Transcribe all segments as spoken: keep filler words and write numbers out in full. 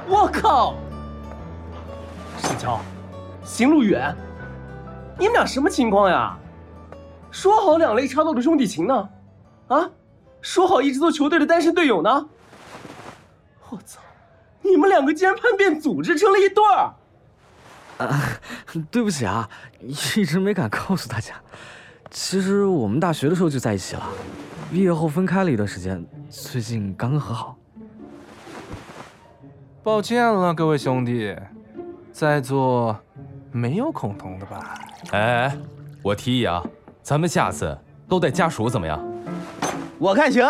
我靠！沈乔，邢路远，你们俩什么情况呀？说好两肋插刀的兄弟情呢？啊？说好一直做球队的单身队友呢？我操！你们两个竟然叛变组织成了一对儿！ 啊，对不起啊，一直没敢告诉大家。其实我们大学的时候就在一起了，毕业后分开了一段时间，最近刚刚和好。 抱歉了，各位兄弟，在座没有孔彤的吧？ 哎哎，我提议啊，咱们下次都带家属怎么样？ 我看行。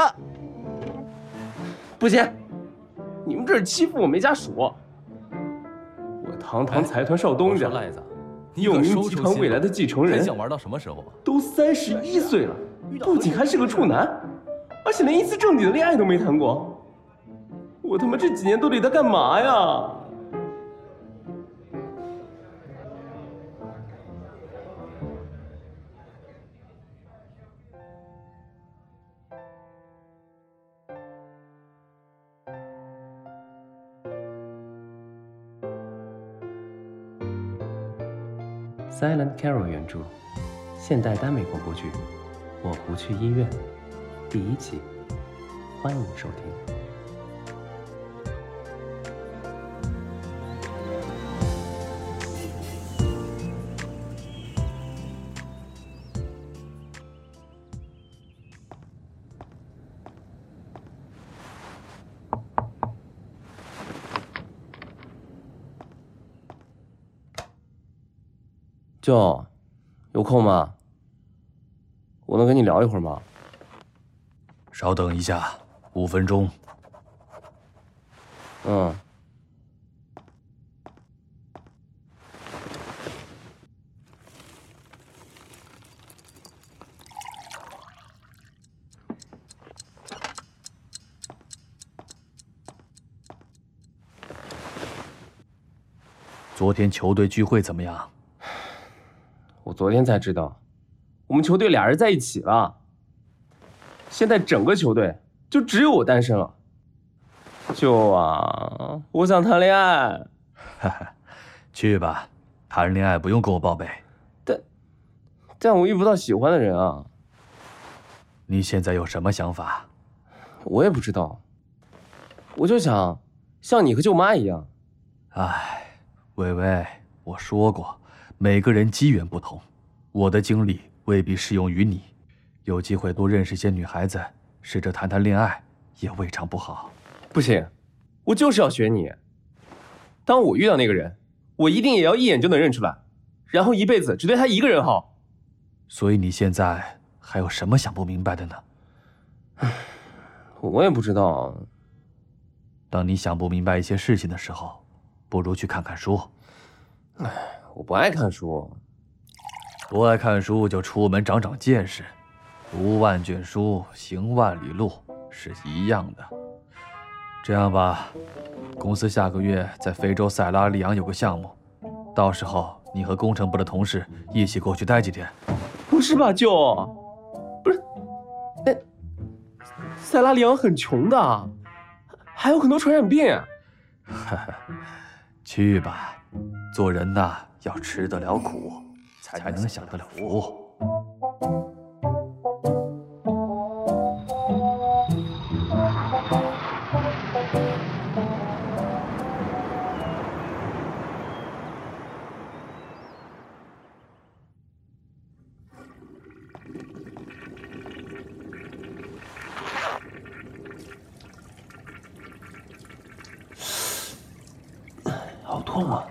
不行，你们这是欺负我没家属。我堂堂财团少东家， 赖子， 永宁集团未来的继承人， 还想玩到什么时候啊？ 都三十一岁了，不仅还是个处男，而且连一次正经的恋爱都没谈过。我他妈这几年都得他干嘛呀？Silent Carol 原著，现代耽美广播剧《我不去医院》第一集，欢迎收听。舅，有空吗？我能跟你聊一会儿吗？ 稍等一下，五分钟。 嗯。 昨天球队聚会怎么样？ 我昨天才知道，我们球队俩人在一起了。现在整个球队就只有我单身了。舅啊，我想谈恋爱。 哈哈，去吧，谈恋爱不用跟我报备。 但，但我遇不到喜欢的人啊。 你现在有什么想法？ 我也不知道。我就想像你和舅妈一样。 唉，伟伟，我说过。每个人机缘不同，我的经历未必适用于你。有机会多认识些女孩子，试着谈谈恋爱，也未尝不好。 不行，我就是要学你。当我遇到那个人，我一定也要一眼就能认出来，然后一辈子只对他一个人好。 所以你现在还有什么想不明白的呢？ 我也不知道。 当你想不明白一些事情的时候，不如去看看书。 唉。我不爱看书， 不爱看书就出门长长见识，读万卷书，行万里路是一样的。这样吧，公司下个月在非洲塞拉利昂有个项目，到时候你和工程部的同事一起过去待几天。 不是吧，舅？不是，哎，塞拉利昂很穷的，还有很多传染病。 哈哈，去吧，做人呐。要吃得了苦，才能享得了福。 好痛啊！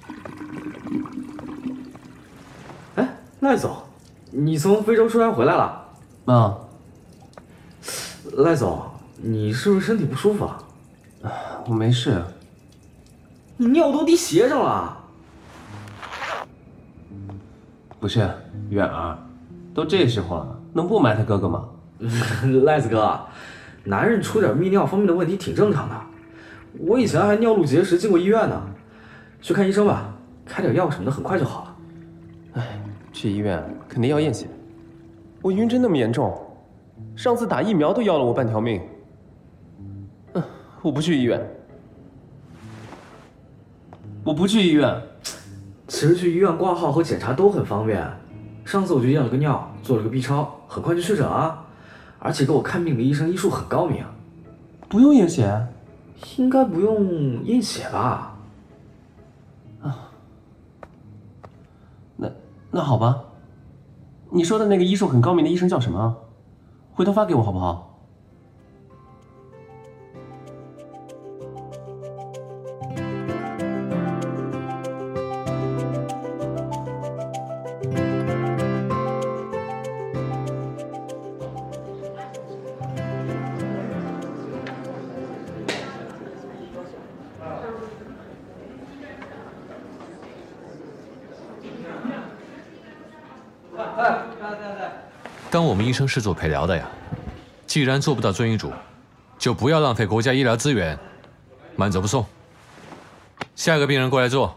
赖总，你从非洲出差回来了？ 啊。 赖总，你是不是身体不舒服啊？ 我没事。 你尿都滴鞋上了。 不是，远儿，都这时候了，能不埋汰哥哥吗？ 赖子哥，男人出点泌尿方面的问题挺正常的。我以前还尿路结石进过医院呢，去看医生吧，开点药什么的，很快就好了。 哎。去医院肯定要验血，我晕针那么严重，上次打疫苗都要了我半条命。嗯，我不去医院。 我不去医院。 其实去医院挂号和检查都很方便。上次我就验了个尿，做了个 B 超，很快就确诊了。而且给我看病的医生医术很高明。 不用验血？ 应该不用验血吧？ 啊，那那好吧。你说的那个医术很高明的医生叫什么？回头发给我好不好？ 当我们医生是做陪聊的呀，既然做不到遵医嘱，就不要浪费国家医疗资源，慢走不送。下一个病人过来坐。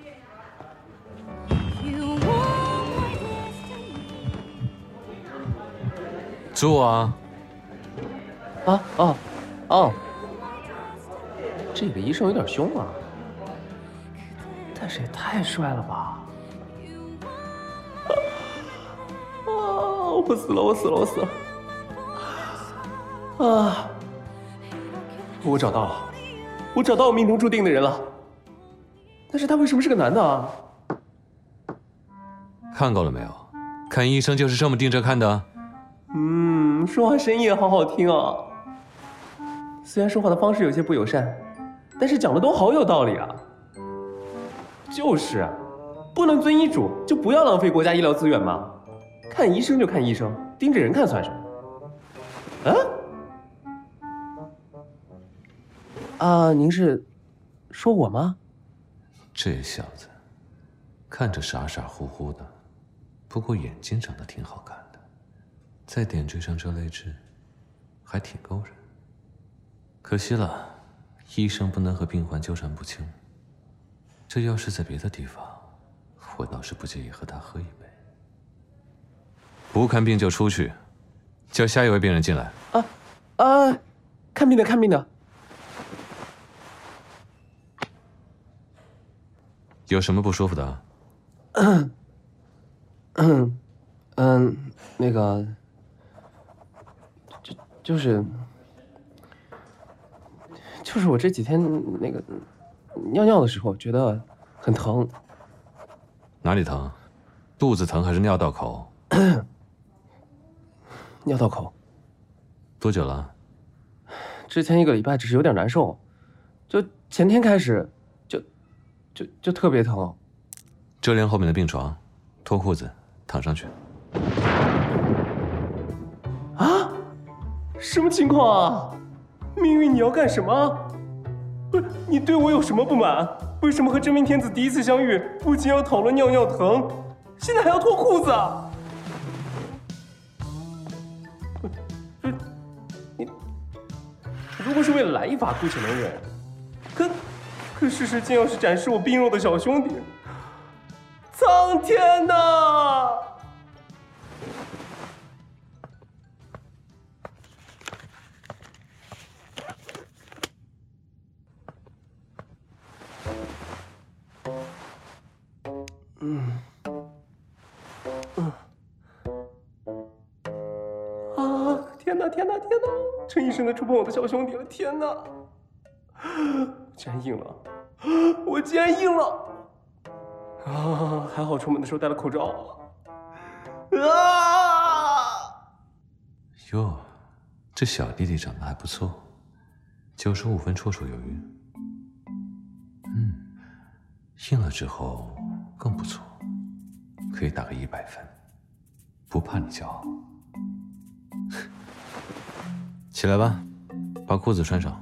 坐啊！ 啊哦哦，这个医生有点凶啊，但是也太帅了吧！我死了！我死了！我死了！啊！我找到了，我找到我命中注定的人了。但是他为什么是个男的啊？ 看够了没有？看医生就是这么盯着看的。 嗯，说话声音也好好听啊。虽然说话的方式有些不友善，但是讲的都好有道理啊。就是，不能遵医嘱，就不要浪费国家医疗资源嘛。看医生就看医生，盯着人看算什么？啊？啊，您是说我吗？ 这小子看着傻傻乎乎的，不过眼睛长得挺好看的，再点缀上这类痣，还挺勾人。可惜了，医生不能和病患纠缠不清。这要是在别的地方，我倒是不介意和他喝一杯。不看病就出去，叫下一位病人进来。 啊啊，看病的，看病的。 有什么不舒服的？ 嗯嗯嗯，那个，就就是就是我这几天那个尿尿的时候觉得很疼。 哪里疼？肚子疼还是尿道口？ 尿道口。 多久了？ 之前一个礼拜，只是有点难受，就前天开始，就就就特别疼。 遮帘后面的病床，脱裤子躺上去。 啊？什么情况啊？命运，你要干什么？不是你对我有什么不满？为什么和真命天子第一次相遇，不仅要讨论尿尿疼，现在还要脱裤子啊？你如果是为了来一发，姑且能忍。可可事实竟要是展示我病弱的小兄弟，苍天呐！嗯嗯啊！天哪！天哪！天哪！陈医生在触碰我的小兄弟了！天哪！竟然硬了！我竟然硬了！啊！还好出门的时候戴了口罩。啊！ 哟，这小弟弟长得还不错，九十五分绰绰有余。嗯，硬了之后更不错，可以打个一百分，不怕你骄傲。起来吧，把裤子穿上。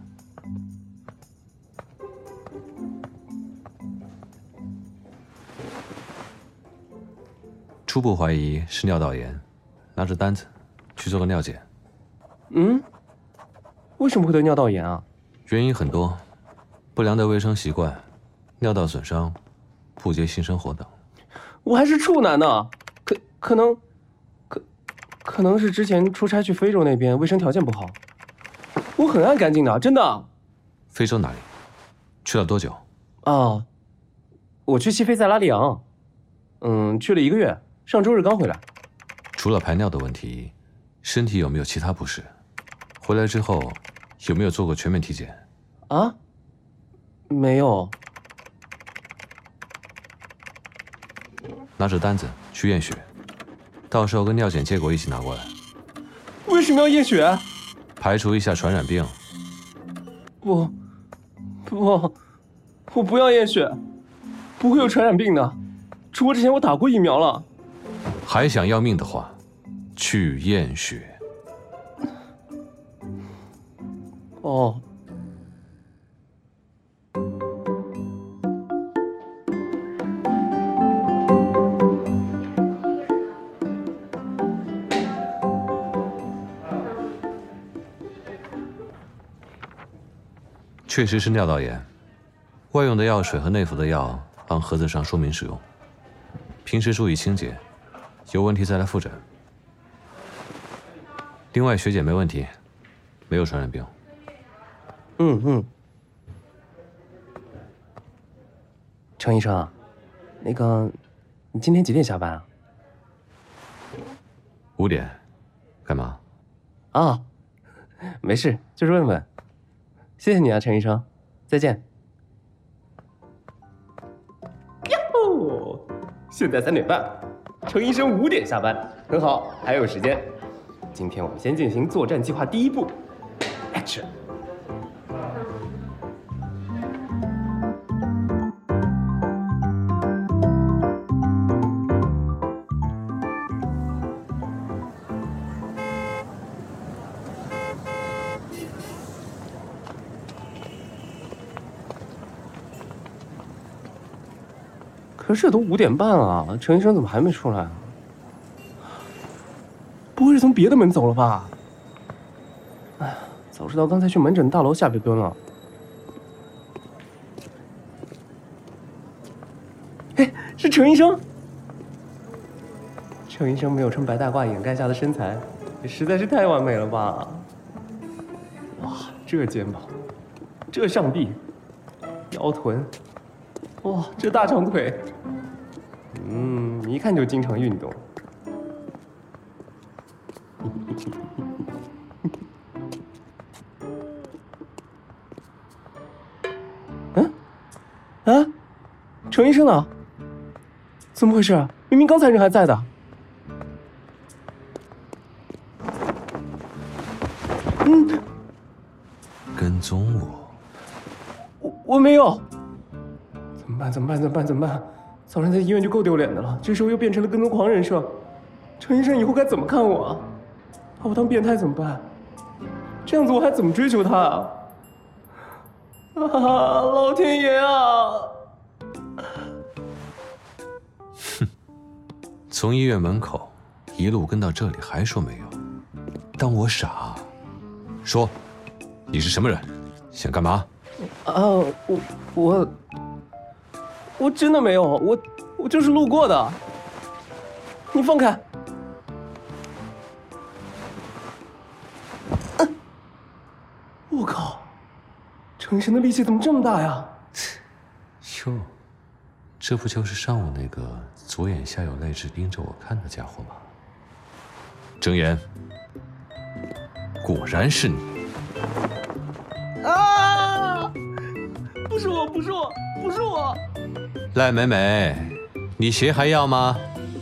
初步怀疑是尿道炎，拿着单子去做个尿检。 嗯？为什么会得尿道炎啊？ 原因很多，不良的卫生习惯、尿道损伤、不洁性生活等。 我还是处男呢，可可能，可可能是之前出差去非洲那边，卫生条件不好。我很爱干净的，真的。 非洲哪里？去了多久？ 啊， 我去西非塞拉利昂，嗯，去了一个月，上周日刚回来。 除了排尿的问题，身体有没有其他不适？回来之后有没有做过全面体检？ 啊？没有。 拿着单子去验血，到时候跟尿检结果一起拿过来。 为什么要验血？ 排除一下传染病。 不，不，我不要验血，不会有传染病的。出国之前我打过疫苗了。 还想要命的话，去验血。 哦。 确实是尿道炎，外用的药水和内服的药按盒子上说明使用。平时注意清洁，有问题再来复诊。另外血检没问题，没有传染病。 嗯嗯。程医生，那个，你今天几点下班啊？ 五点，干嘛？ 啊，没事，就是问问。谢谢你啊，陈医生，再见。呀吼！现在三点半，程医生五点下班，很好，还有时间。今天我们先进行作战计划第一步 ，Action。可是都五点半了，程医生怎么还没出来啊？不会是从别的门走了吧？哎呀，早知道刚才去门诊大楼下边蹲了。哎，是程医生。程医生没有穿白大褂掩盖下的身材，也实在是太完美了吧！哇，这肩膀，这上臂，腰臀。哇，这大长腿，嗯，一看就经常运动。嗯，啊，程医生呢？怎么回事？明明刚才人还在的。嗯， 跟踪我？ 我我没有。怎么办？怎么办？怎么办？怎么办？早上在医院就够丢脸的了，这时候又变成了跟踪狂人设。程医生以后该怎么看我啊？把我当变态怎么办？这样子我还怎么追求他啊？啊，老天爷啊！ 哼，从医院门口一路跟到这里，还说没有？当我傻？说，你是什么人？想干嘛？ 啊，我我。我真的没有，我我就是路过的。你放开！啊、我靠，程医生的力气怎么这么大呀？ 哟，这不就是上午那个左眼下有泪痣盯着我看的家伙吗？睁眼，果然是你！ 啊！不是我，不是我，不是我！ 赖美美，你鞋还要吗？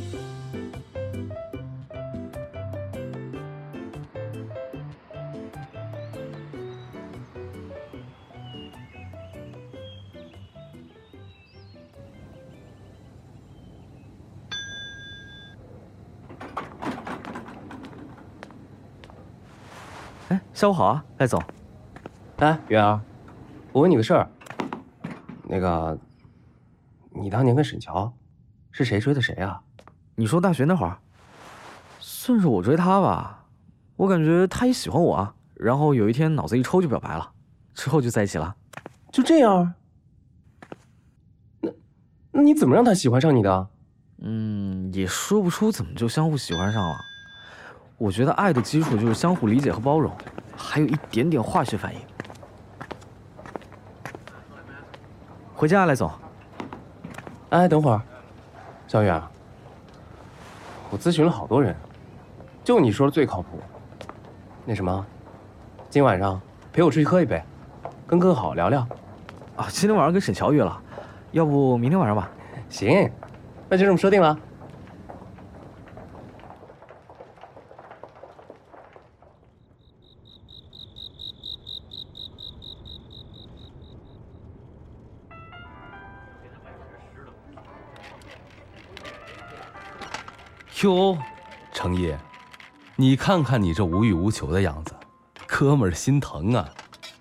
哎，下午好啊，赖总。 哎，元儿，我问你个事儿，那个。你当年跟沈乔，是谁追的谁啊？ 你说大学那会儿，算是我追她吧。我感觉她也喜欢我啊。然后有一天脑子一抽就表白了，之后就在一起了。 就这样？那那你怎么让她喜欢上你的？ 嗯，也说不出怎么就相互喜欢上了。我觉得爱的基础就是相互理解和包容，还有一点点化学反应。回家，赖总。 哎，等会儿，小雨啊，我咨询了好多人，就你说的最靠谱。那什么，今晚上陪我出去喝一杯，跟哥好好聊聊。 啊，今天晚上跟沈乔约了，要不明天晚上吧？ 行，那就这么说定了。 哟，程毅，你看看你这无欲无求的样子，哥们儿心疼啊！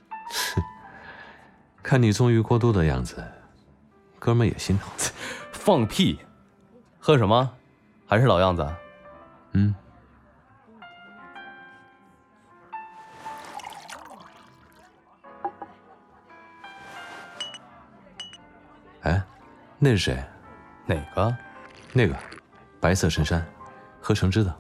看你纵欲过度的样子，哥们儿也心疼。 放屁！喝什么？还是老样子？ 嗯。哎，那是谁？ 哪个？ 那个，白色衬衫，喝橙汁的。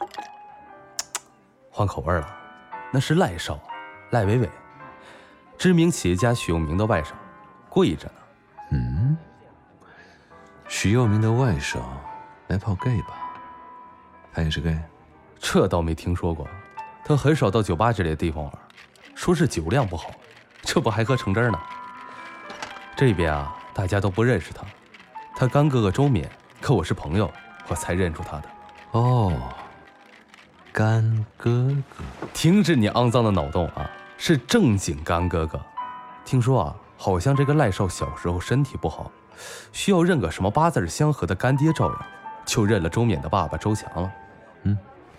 换口味了，那是赖少，赖伟伟，知名企业家许佑明的外甥，贵着呢。 嗯，许佑明的外甥来泡 gay 吧？他也是 gay？ 这倒没听说过，他很少到酒吧之类的地方玩，说是酒量不好，这不还喝橙汁呢。这边啊，大家都不认识他，他干哥哥周冕和我是朋友，我才认出他的。 哦，干哥哥， 停止你肮脏的脑洞啊！是正经干哥哥。听说啊，好像这个赖少小时候身体不好，需要认个什么八字相合的干爹照样，就认了周冕的爸爸周强了。 嗯。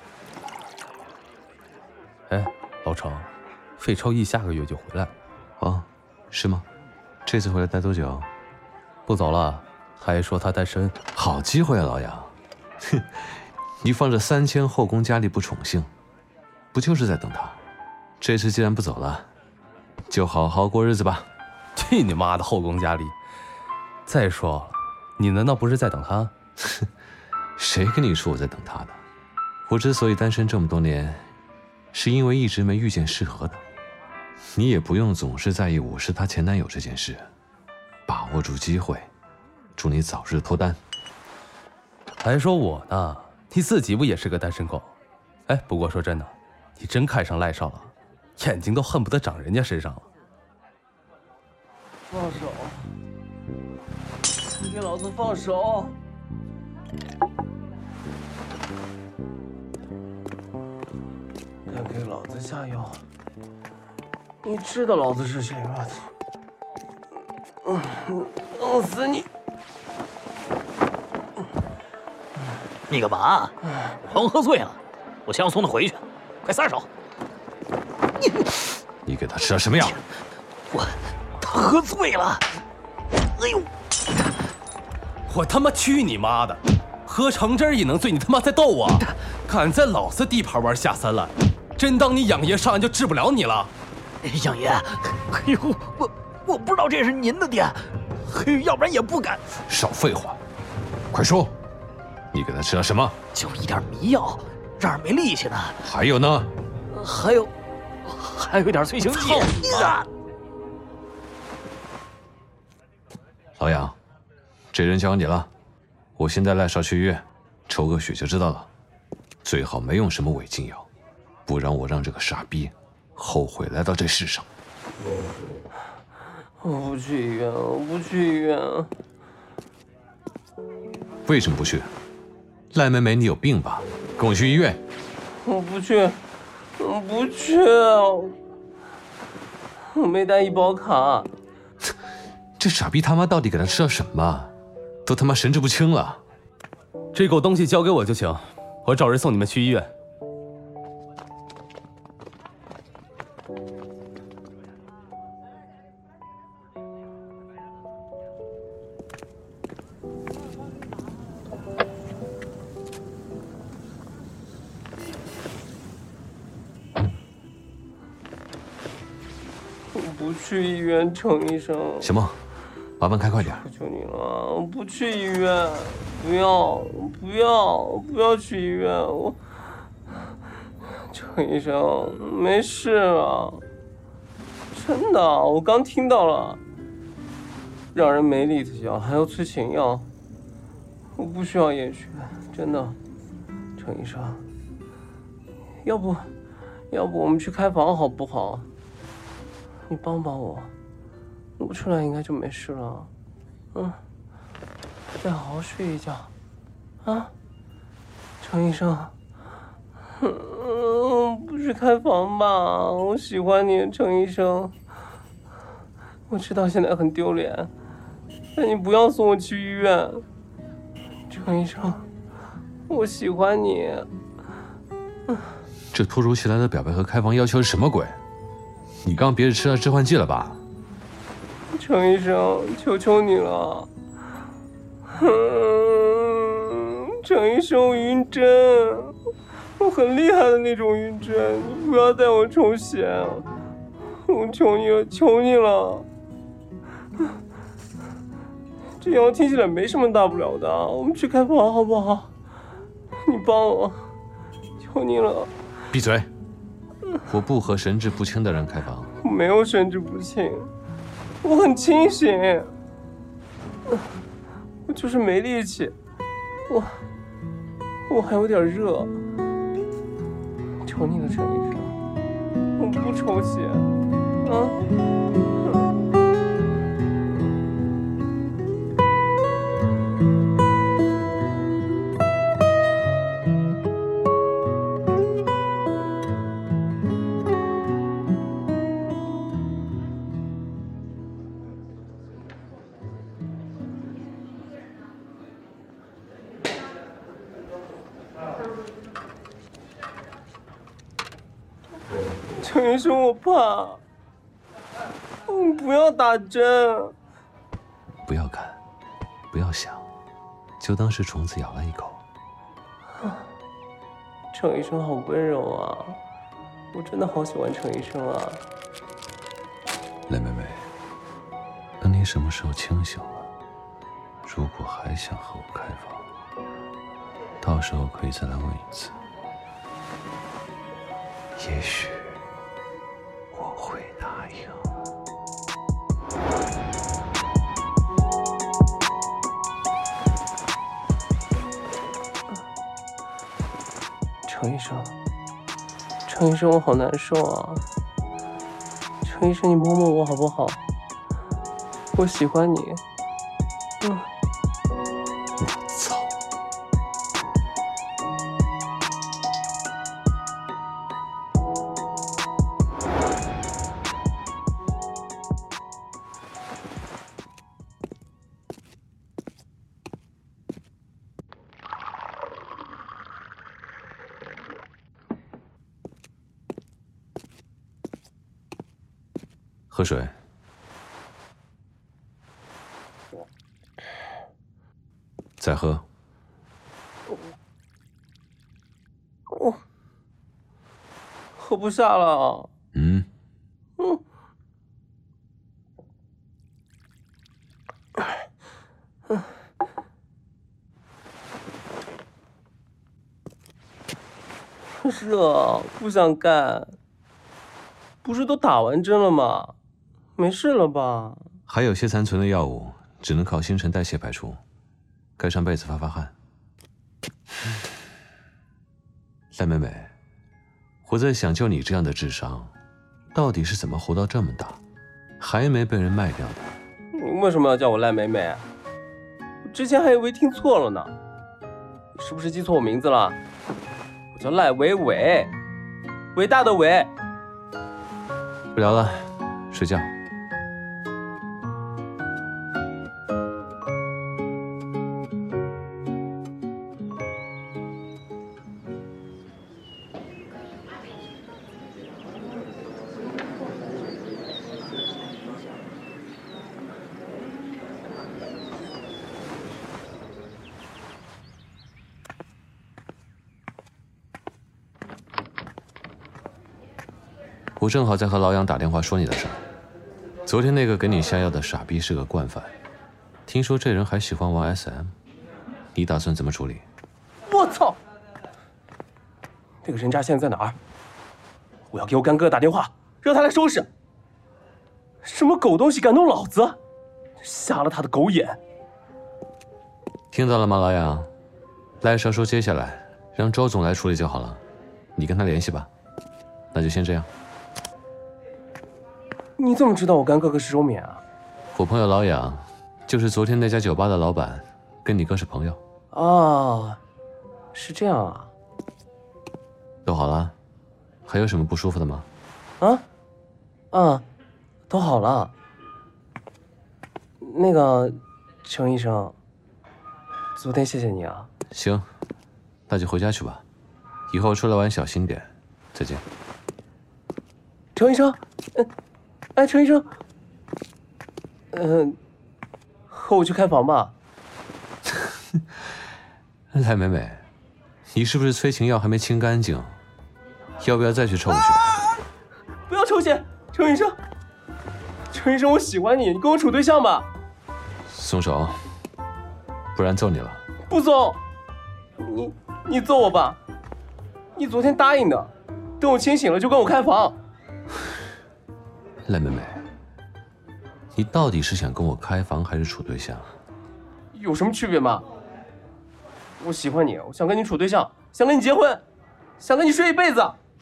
哎，老程，费超逸下个月就回来。 哦，是吗？这次回来待多久？ 不早了，他还说他单身。 好机会啊，老杨！哼，你放着三千后宫佳丽不宠幸，不就是在等他？这次既然不走了，就好好过日子吧。 去你妈的后宫佳丽！再说，你难道不是在等他？ 谁跟你说我在等他的？我之所以单身这么多年，是因为一直没遇见适合的。你也不用总是在意我是她前男友这件事，把握住机会，祝你早日脱单。 还说我呢，你自己不也是个单身狗？哎，不过说真的，你真看上赖少了，眼睛都恨不得长人家身上了。 放手！你给老子放手！敢给老子下药！你知道老子是谁吗？嗯，弄死你！ 你干嘛？黄喝醉了，我先要送他回去，快撒手！ 你你给他吃了什么药？ 我他喝醉了。哎呦！ 我他妈去你妈的！喝橙汁也能醉？你他妈在逗我？敢在老子地盘玩下三滥，真当你养爷上来就治不了你了？ 养爷，哎呦，我我不知道这是您的店，哎呦，要不然也不敢。 少废话，快说，你给他吃了什么？ 就一点迷药，这儿没力气呢。 还有呢？ 还有，还有点催情剂。啊！ 老杨，这人交给你了，我先带赖少去医院抽个血就知道了。最好没用什么违禁药，不然我让这个傻逼后悔来到这世上。 我不去医院，我不去医院。 为什么不去？赖妹妹，你有病吧？跟我去医院。 我不去，我不去，我没带医保卡。 这傻逼他妈到底给他吃了什么？都他妈神志不清了。 这狗东西交给我就行，我找人送你们去医院。 我不去医院，程医生。 行吗？麻烦开快点。 求求你了，我不去医院，不要，不要，不要去医院，我。程医生，没事了，真的，我刚听到了，让人没力的药，还有催情药。 我不需要验血，真的，程医生。要不，要不我们去开房好不好？你帮帮我，录出来应该就没事了。嗯，再好好睡一觉，啊，程医生。嗯，不去开房吧，我喜欢你，程医生。我知道现在很丢脸，但你不要送我去医院。程医生，我喜欢你。 这突如其来的表白和开房要求是什么鬼？你刚别是吃了致幻剂了吧？ 程医生，求求你了。嗯，程医生，我晕针，我很厉害的那种晕针，你不要带我抽血，我求你了，求你了。这药听起来没什么大不了的，我们去开房好不好？你帮我，求你了。 闭嘴！我不和神志不清的人开房。 我没有神志不清，我很清醒，我就是没力气，我我还有点热。求你了，陈医生，我不抽血，啊。程医生，我怕，嗯，不要打针。 不要看，不要想，就当是虫子咬了一口。 程医生好温柔啊，我真的好喜欢程医生啊。 雷妹妹，等你什么时候清醒了，如果还想和我开房，到时候可以再来问一次。也许我会答应。 程医生，程医生，我好难受啊。程医生，你摸摸我好不好？我喜欢你。嗯。 我操！喝水。再喝。 我喝不下了。 嗯。 嗯。热，不想干。不是都打完针了吗？没事了吧？ 还有些残存的药物，只能靠新陈代谢排出。盖上被子发发汗。赖妹妹，我在想，就你这样的智商，到底是怎么活到这么大，还没被人卖掉的？ 你为什么要叫我赖美美？我之前还以为听错了呢。你是不是记错我名字了？我叫赖伟伟，伟大的伟。 不聊了，睡觉。我正好在和老杨打电话说你的事儿。昨天那个给你下药的傻逼是个惯犯，听说这人还喜欢玩 S M， 你打算怎么处理？ 我操！那个人渣现在在哪儿？我要给我干哥打电话，让他来收拾。什么狗东西敢动老子？瞎了他的狗眼！ 听到了吗，老杨？赖少说接下来让周总来处理就好了，你跟他联系吧。那就先这样。 你怎么知道我干哥哥是周冕啊？ 我朋友老杨，就是昨天那家酒吧的老板，跟你哥是朋友。 哦，是这样啊。 都好了，还有什么不舒服的吗？ 啊，啊，都好了。那个，程医生，昨天谢谢你啊。 行，那就回家去吧。以后出来玩小心点。再见。 程医生，嗯，哎，程医生，嗯，和我去开房吧。 赖美美，你是不是催情药还没清干净？要不要再去抽去？啊、 不要抽血，程医生，程医生，我喜欢你，你跟我处对象吧。 松手，不然揍你了。 不揍，你你揍我吧，你昨天答应的，等我清醒了就跟我开房。 赖美美，你到底是想跟我开房还是处对象？ 有什么区别吗？我喜欢你，我想跟你处对象，想跟你结婚，想跟你睡一辈子。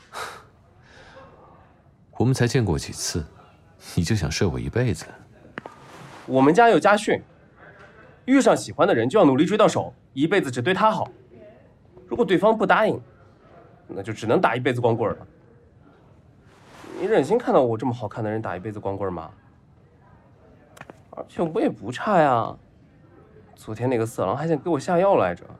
我们才见过几次，你就想睡我一辈子？ 我们家有家训，遇上喜欢的人就要努力追到手，一辈子只对他好。如果对方不答应，那就只能打一辈子光棍了。你忍心看到我这么好看的人打一辈子光棍吗？而且我也不差呀，昨天那个色狼还想给我下药来着。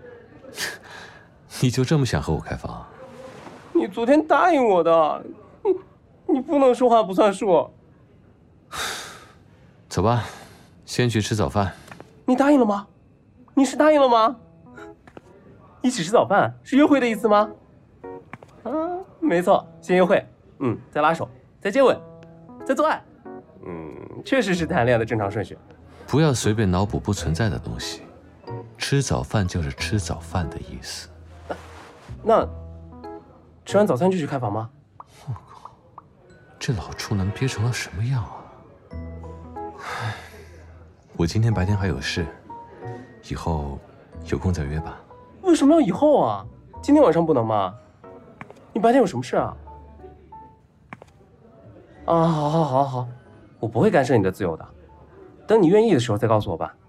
你就这么想和我开房？ 你昨天答应我的，你你不能说话不算数。 走吧，先去吃早饭。 你答应了吗？你是答应了吗？一起吃早饭是约会的意思吗？啊，没错，先约会，嗯，再拉手，再接吻，再做爱，嗯，确实是谈恋爱的正常顺序。 不要随便脑补不存在的东西，吃早饭就是吃早饭的意思。 那吃完早餐就去开房吗？ 我靠，这老处男憋成了什么样啊！我今天白天还有事，以后有空再约吧。 为什么要以后啊？今天晚上不能吗？你白天有什么事啊？啊，好好好好，我不会干涉你的自由的，等你愿意的时候再告诉我吧。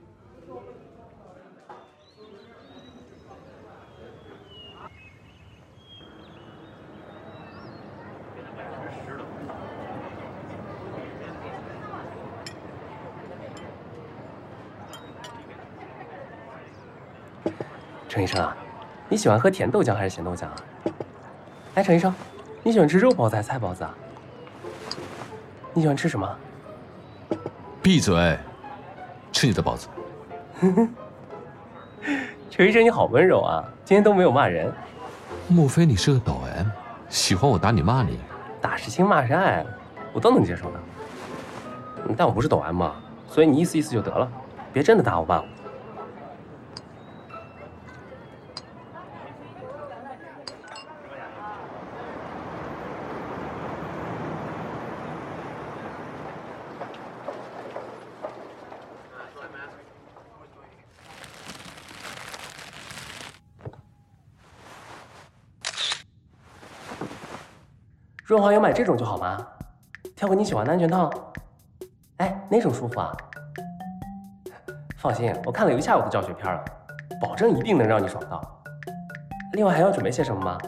程医生啊，你喜欢喝甜豆浆还是咸豆浆啊？哎，程医生，你喜欢吃肉包子还是菜包子啊？你喜欢吃什么？ 闭嘴！吃你的包子。 程医生你好温柔啊，今天都没有骂人。 莫非你是个抖 M， 喜欢我打你骂你？ 打是亲骂是爱，我都能接受的。但我不是抖 M 嘛，所以你意思意思就得了，别真的打我骂我。润滑油买这种就好吗？挑个你喜欢的安全套。哎，哪种舒服啊？放心，我看了有一下午的教学片了，保证一定能让你爽到。另外还要准备些什么吗？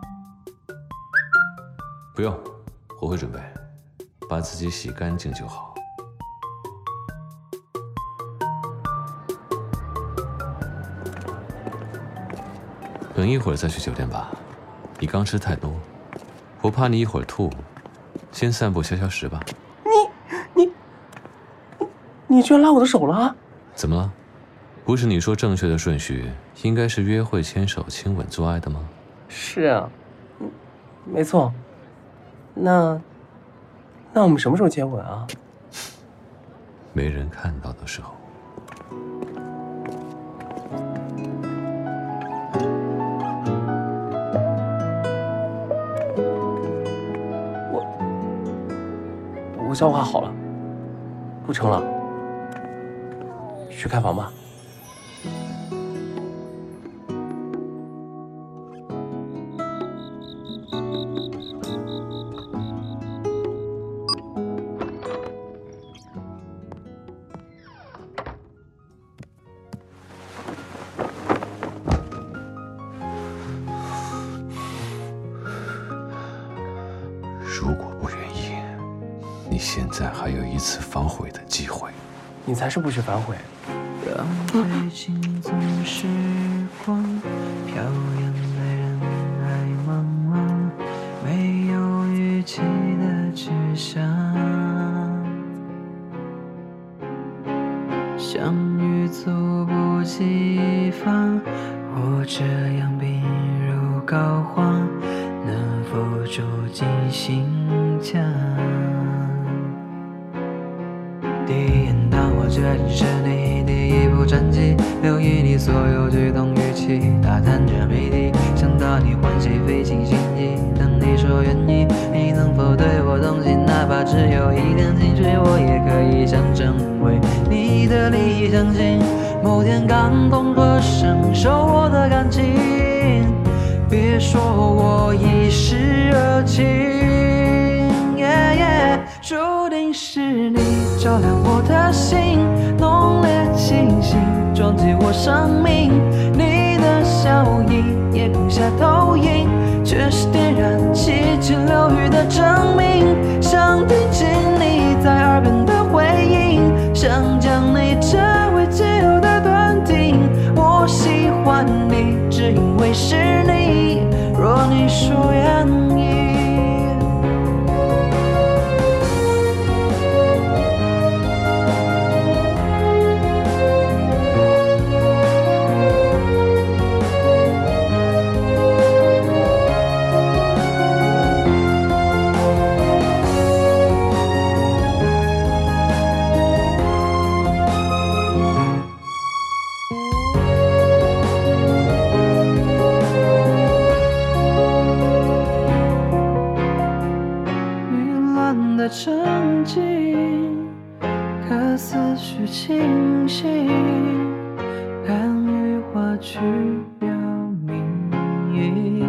不用，我会准备，把自己洗干净就好。等一会儿再去酒店吧，你刚吃太多。我怕你一会儿吐，先散步消消食吧。 你你你你居然拉我的手了？ 怎么了？不是你说正确的顺序应该是约会、牵手、亲吻、做爱的吗？ 是啊，嗯，没错。那那我们什么时候接吻啊？ 没人看到的时候。我消化好了，不撑了，去开房吧。 你现在还有一次反悔的机会。 你才是不许反悔。 让最近总是光，飘扬在人海茫茫，没有预期的去向。相遇猝不及防，我这样病入膏肓，能否住进心墙？第一眼，当我决定是你第一部传记，留意你所有举动语气，打探着谜底，想到你欢喜费尽心机。当你说愿意，你能否对我动心？哪怕只有一点情绪，我也可以想成为你的理想型。某天感动和承受我的感情，别说我一时热情。Yeah, yeah, 注定是你照亮我的心，浓烈清醒撞击我生命。你的笑意夜空下投影，却是点燃七情六欲的证明。想听见你在耳边的回应，想将你这为己有的断定。我喜欢你，只因为是你。若你说愿意。沉静，可思绪清醒，看雨花去表明。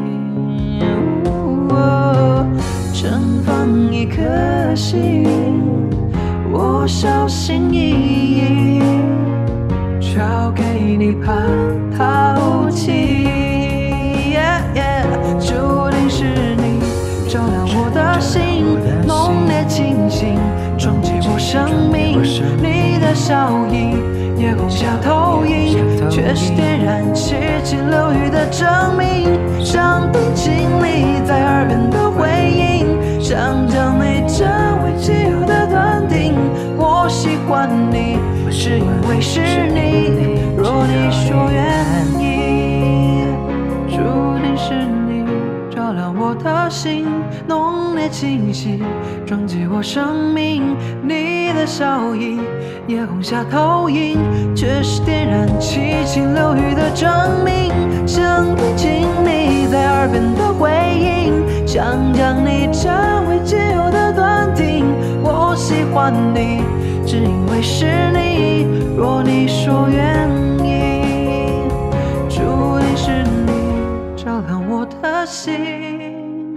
哦，盛放一颗心，我小心翼翼交给你怕淘气。Yeah, yeah, 注定是你照亮我的心，浓烈清醒撞击我生命。你的笑意夜空下投影，却是点燃七情六欲的证明。想听清你在耳边的回应，想将你这为己有的断定。我喜欢你，是因为是你。若你说愿意，注定是你照亮我的心，浓烈清晰撞击我生命。你的笑意夜空下投影，却是点燃七情六欲的证明。想听清你在耳边的回应，想将你这为己有的断定。我喜欢你，只因为是你。若你说愿意，注定是你照亮我的心，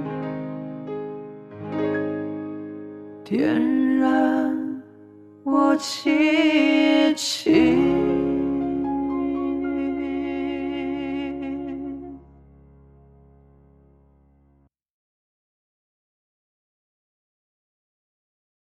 点燃我激情。